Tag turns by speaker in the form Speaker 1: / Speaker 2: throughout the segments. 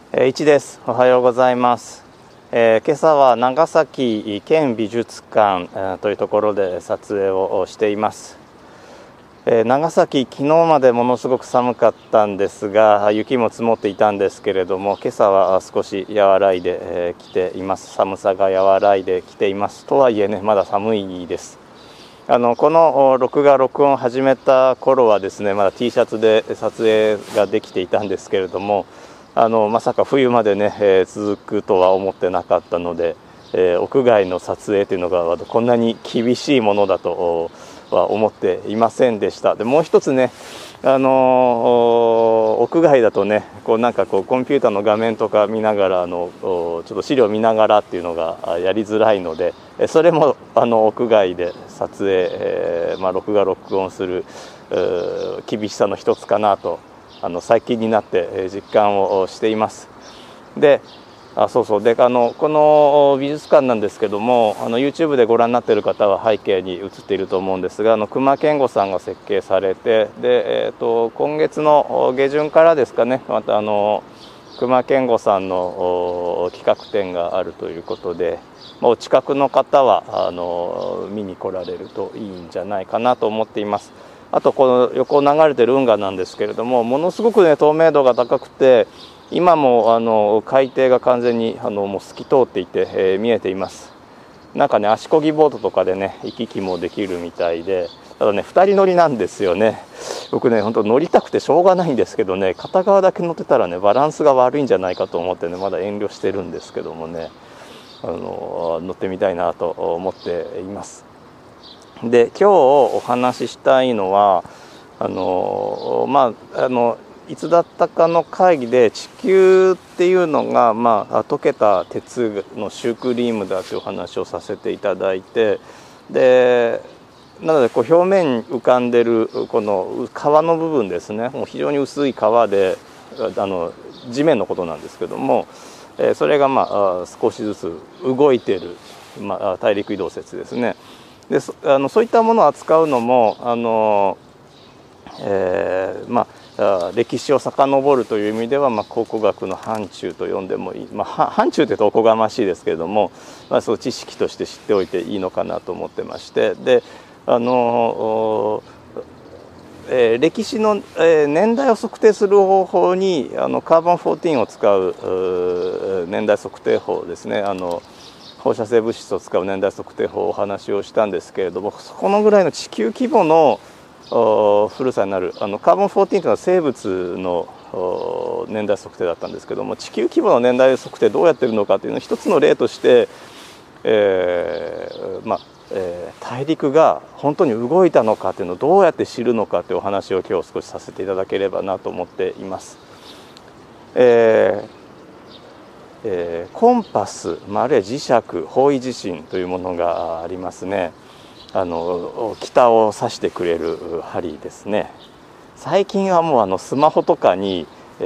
Speaker 1: 1です。おはようございます。今朝は長崎県美術館というところで撮影をしています。長崎、昨日までものすごく寒かったんですが、雪も積もっていたんですけれども、今朝は少し和らいできています。寒さが和らいできています。とはいえね、まだ寒いです。この録画録音を始めた頃はですね、まだ T シャツで撮影ができていたんですけれども、まさか冬までね、続くとは思ってなかったので、屋外の撮影というのがこんなに厳しいものだとは思っていませんでした。でもう一つね、屋外だとね、コンピューターの画面とか見ながらちょっと資料を見ながらっていうのがやりづらいので、それも屋外で撮影、録画録音する厳しさの一つかなと最近になって実感をしています。で、この美術館なんですけども、YouTube でご覧になっている方は背景に映っていると思うんですが、隈研吾さんが設計されて、で、今月の下旬からですかね、また隈研吾さんの企画展があるということで、お近くの方は見に来られるといいんじゃないかなと思っています。あとこの横を流れている運河なんですけれども、ものすごくね透明度が高くて、今も海底が完全にもう透き通っていて、見えています。なんかね、足漕ぎボートとかでね行き来もできるみたいで、ただね2人乗りなんですよね。僕ね本当乗りたくてしょうがないんですけどね、片側だけ乗ってたらねバランスが悪いんじゃないかと思ってね、まだ遠慮してるんですけどもね、乗ってみたいなと思っています。で、今日お話ししたいのは、いつだったかの会議で地球っていうのが、溶けた鉄のシュークリームだというお話をさせていただいて、でなので表面に浮かんでるこの皮の部分ですね、もう非常に薄い皮で地面のことなんですけども、それが少しずつ動いている、大陸移動説ですね。でそういったものを扱うのも歴史を遡るという意味では、考古学の範疇と呼んでもいい、範疇というとおこがましいですけれども、そう知識として知っておいていいのかなと思ってまして、で歴史の年代を測定する方法にカーボン14を使う年代測定法ですね、放射性物質を使う年代測定法をお話をしたんですけれども、このぐらいの地球規模の古さになるカーボン14というのは生物の年代測定だったんですけども、地球規模の年代測定どうやってるのかというのを一つの例として、大陸が本当に動いたのかというのをどうやって知るのかというお話を今日少しさせていただければなと思っています。コンパス、あるいは磁石、方位磁針というものがありますね。北を指してくれる針ですね。最近はもうスマホとかに、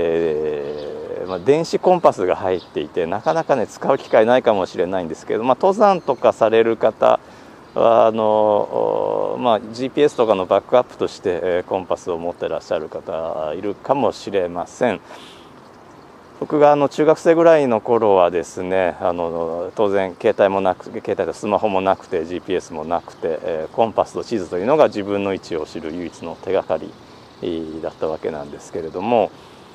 Speaker 1: 電子コンパスが入っていて、なかなかね使う機会ないかもしれないんですけど、登山とかされる方はGPS とかのバックアップとして、コンパスを持ってらっしゃる方いるかもしれません。僕が中学生ぐらいの頃はですね、当然携帯とスマホもなくて GPS もなくて、コンパスと地図というのが自分の位置を知る唯一の手がかりだったわけなんですけれども、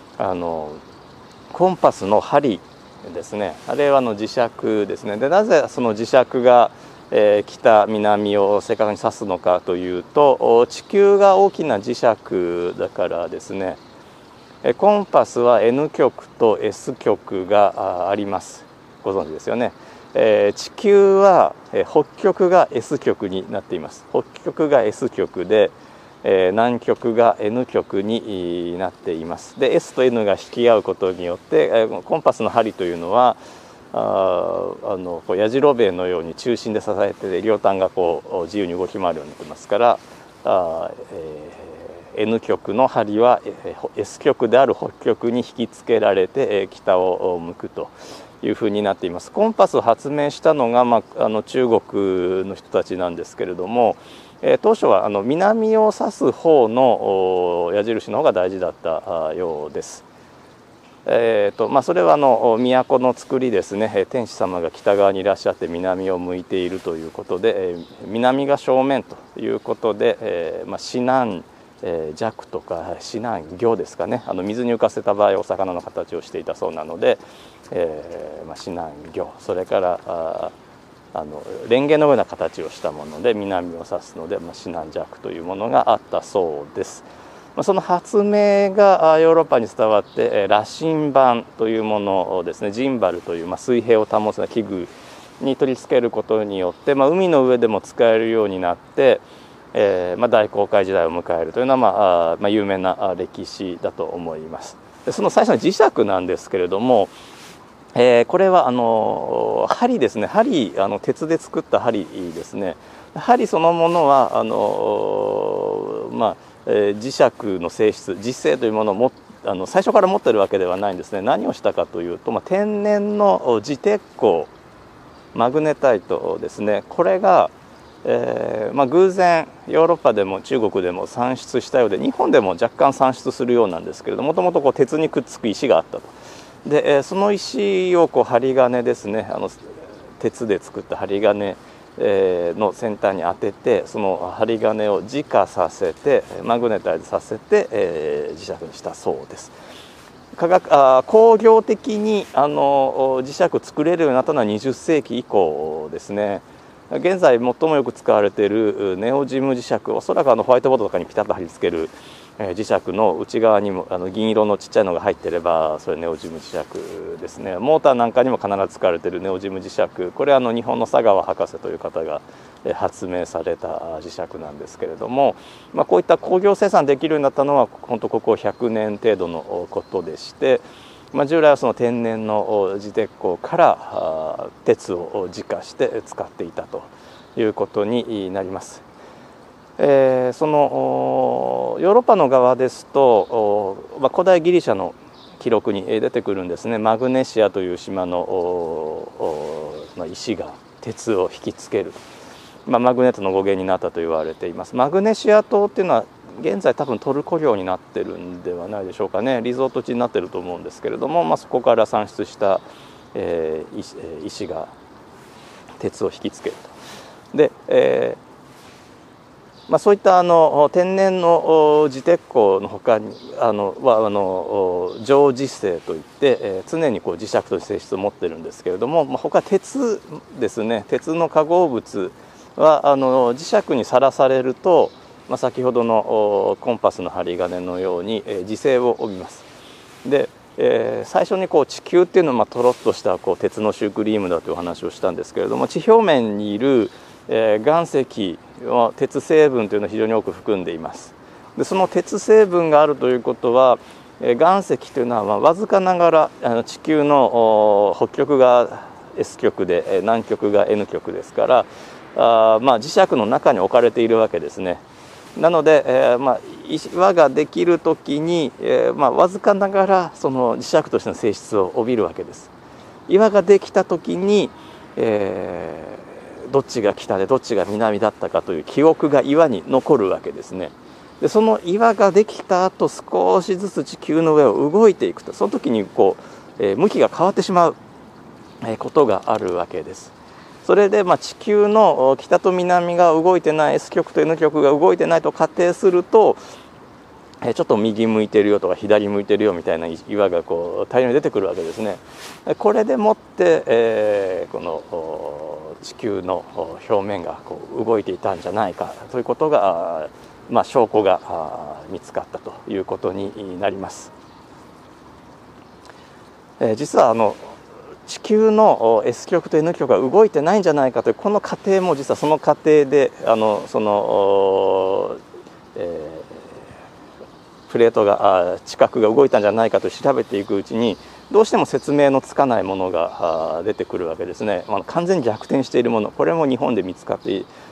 Speaker 1: コンパスの針ですね、あれは磁石ですね。でなぜその磁石が北南を正確に指すのかというと、地球が大きな磁石だからですね。コンパスは N 極と S 極があります。ご存知ですよね。地球は北極が S 極になっています。北極が S 極で、南極が N 極になっています。で S と N が引き合うことによって、コンパスの針というのはやじろべえのように中心で支えて両端が自由に動き回るようになってますから、N 極の針は S 極である北極に引きつけられて北を向くというふうになっています。コンパスを発明したのが、中国の人たちなんですけれども、当初は南を指す方の矢印の方が大事だったようです。 それは都の造りですね、天使様が北側にいらっしゃって南を向いているということで、南が正面ということで、指南弱とか指南魚ですかね、水に浮かせた場合お魚の形をしていたそうなので、指南魚、それからレンゲのような形をしたもので南を指すので、指南弱というものがあったそうです。その発明がヨーロッパに伝わって羅針盤というものをですね、ジンバルという水平を保つ器具に取り付けることによって、海の上でも使えるようになって、大航海時代を迎えるというのは、有名な歴史だと思います。その最初の磁石なんですけれども、これは針ですね、鉄で作った針ですね。針そのものは磁石の性質、磁性というものを最初から持っているわけではないんですね。何をしたかというと、天然の磁鉄鉱、マグネタイトですね、これが、偶然ヨーロッパでも中国でも産出したようで、日本でも若干産出するようなんですけれども、もともと鉄にくっつく石があったと。でその石を針金ですね、鉄で作った針金の先端に当てて、その針金を磁化させてマグネタイズさせて、磁石にしたそうです。工業的に磁石を作れるようになったのは20世紀以降ですね。現在最もよく使われているネオジム磁石、おそらくホワイトボードとかにピタッと貼り付ける磁石の内側にも銀色のちっちゃいのが入っていれば、それネオジム磁石ですね。モーターなんかにも必ず使われているネオジム磁石、これは日本の佐川博士という方が発明された磁石なんですけれども、こういった工業生産できるようになったのは本当ここ100年程度のことでして、従来はその天然の磁鉄鉱から鉄を磁化して使っていたということになります。そのヨーロッパの側ですと、古代ギリシャの記録に出てくるんですね。マグネシアという島の石が鉄を引きつける、マグネットの語源になったと言われています。マグネシア島っていうのは現在多分トルコ領になってるんではないでしょうかね。リゾート地になってると思うんですけれども、そこから産出した、石が鉄を引きつけると。で、そういった天然の磁鉄鉱のほかに常磁性といって、常に磁石という性質を持っているんですけれども、他鉄ですね、鉄の化合物は磁石にさらされると、先ほどのコンパスの針金のように磁性を帯びます。で、最初に地球っていうのはとろっとした鉄のシュークリームだというお話をしたんですけれども、地表面にいる岩石は鉄成分というのを非常に多く含んでいます。でその鉄成分があるということは、岩石というのはわずかながら地球の北極が S 極で南極が N 極ですから、磁石の中に置かれているわけですね。なので、岩ができる時に、わずかながらその磁石としての性質を帯びるわけです。岩ができた時に、どっちが北でどっちが南だったかという記憶が岩に残るわけですね。でその岩ができた後、少しずつ地球の上を動いていくと、その時に向きが変わってしまうことがあるわけです。それで地球の北と南が動いてない、 S 極と N 極が動いてないと仮定すると、ちょっと右向いてるよとか左向いてるよみたいな岩が大量に出てくるわけですね。これでもって、この地球の表面が動いていたんじゃないかということが、証拠が見つかったということになります。実は地球の S 極と N 極が動いてないんじゃないかというこの過程も、実はその過程でプレートが地殻が動いたんじゃないかと調べていくうちに、どうしても説明のつかないものが出てくるわけですね。完全に逆転しているもの、これも日本で見つか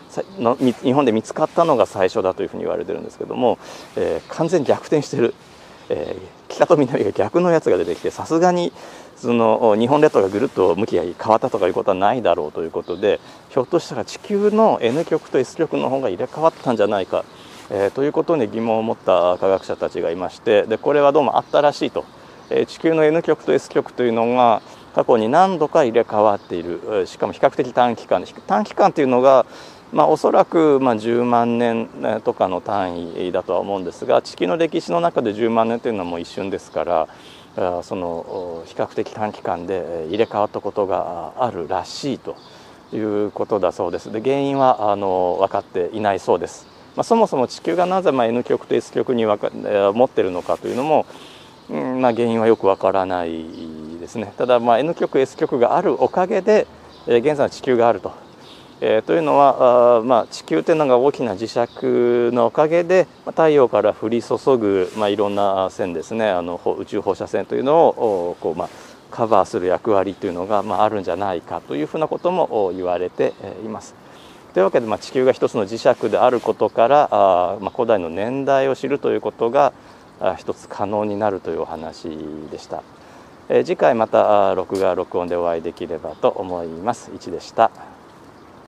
Speaker 1: ったのが最初だというふうに言われてるんですけども、完全に逆転している、北と南が逆のやつが出てきて、さすがに日本列島がぐるっと向きが変わったとかいうことはないだろうということで、ひょっとしたら地球の N 極と S 極の方が入れ替わったんじゃないか、ということに疑問を持った科学者たちがいまして、でこれはどうもあったらしいと地球の N 極と S 極というのが過去に何度か入れ替わっている、しかも比較的短期間というのが、おそらく10万年とかの単位だとは思うんですが、地球の歴史の中で10万年というのはもう一瞬ですから、その比較的短期間で入れ替わったことがあるらしいということだそうです。で、原因は分かっていないそうです。そもそも地球がなぜN 極と S 極に持っているのかというのも、原因はよくわからないですね。ただN 極 S 極があるおかげで現在の地球があると。というのは地球というのが大きな磁石のおかげで太陽から降り注ぐいろんな線ですね、宇宙放射線というのをカバーする役割というのがあるんじゃないかというふうなことも言われています。というわけで地球が一つの磁石であることから古代の年代を知るということが一つ可能になるというお話でした。次回また録画録音でお会いできればと思います。いちでした。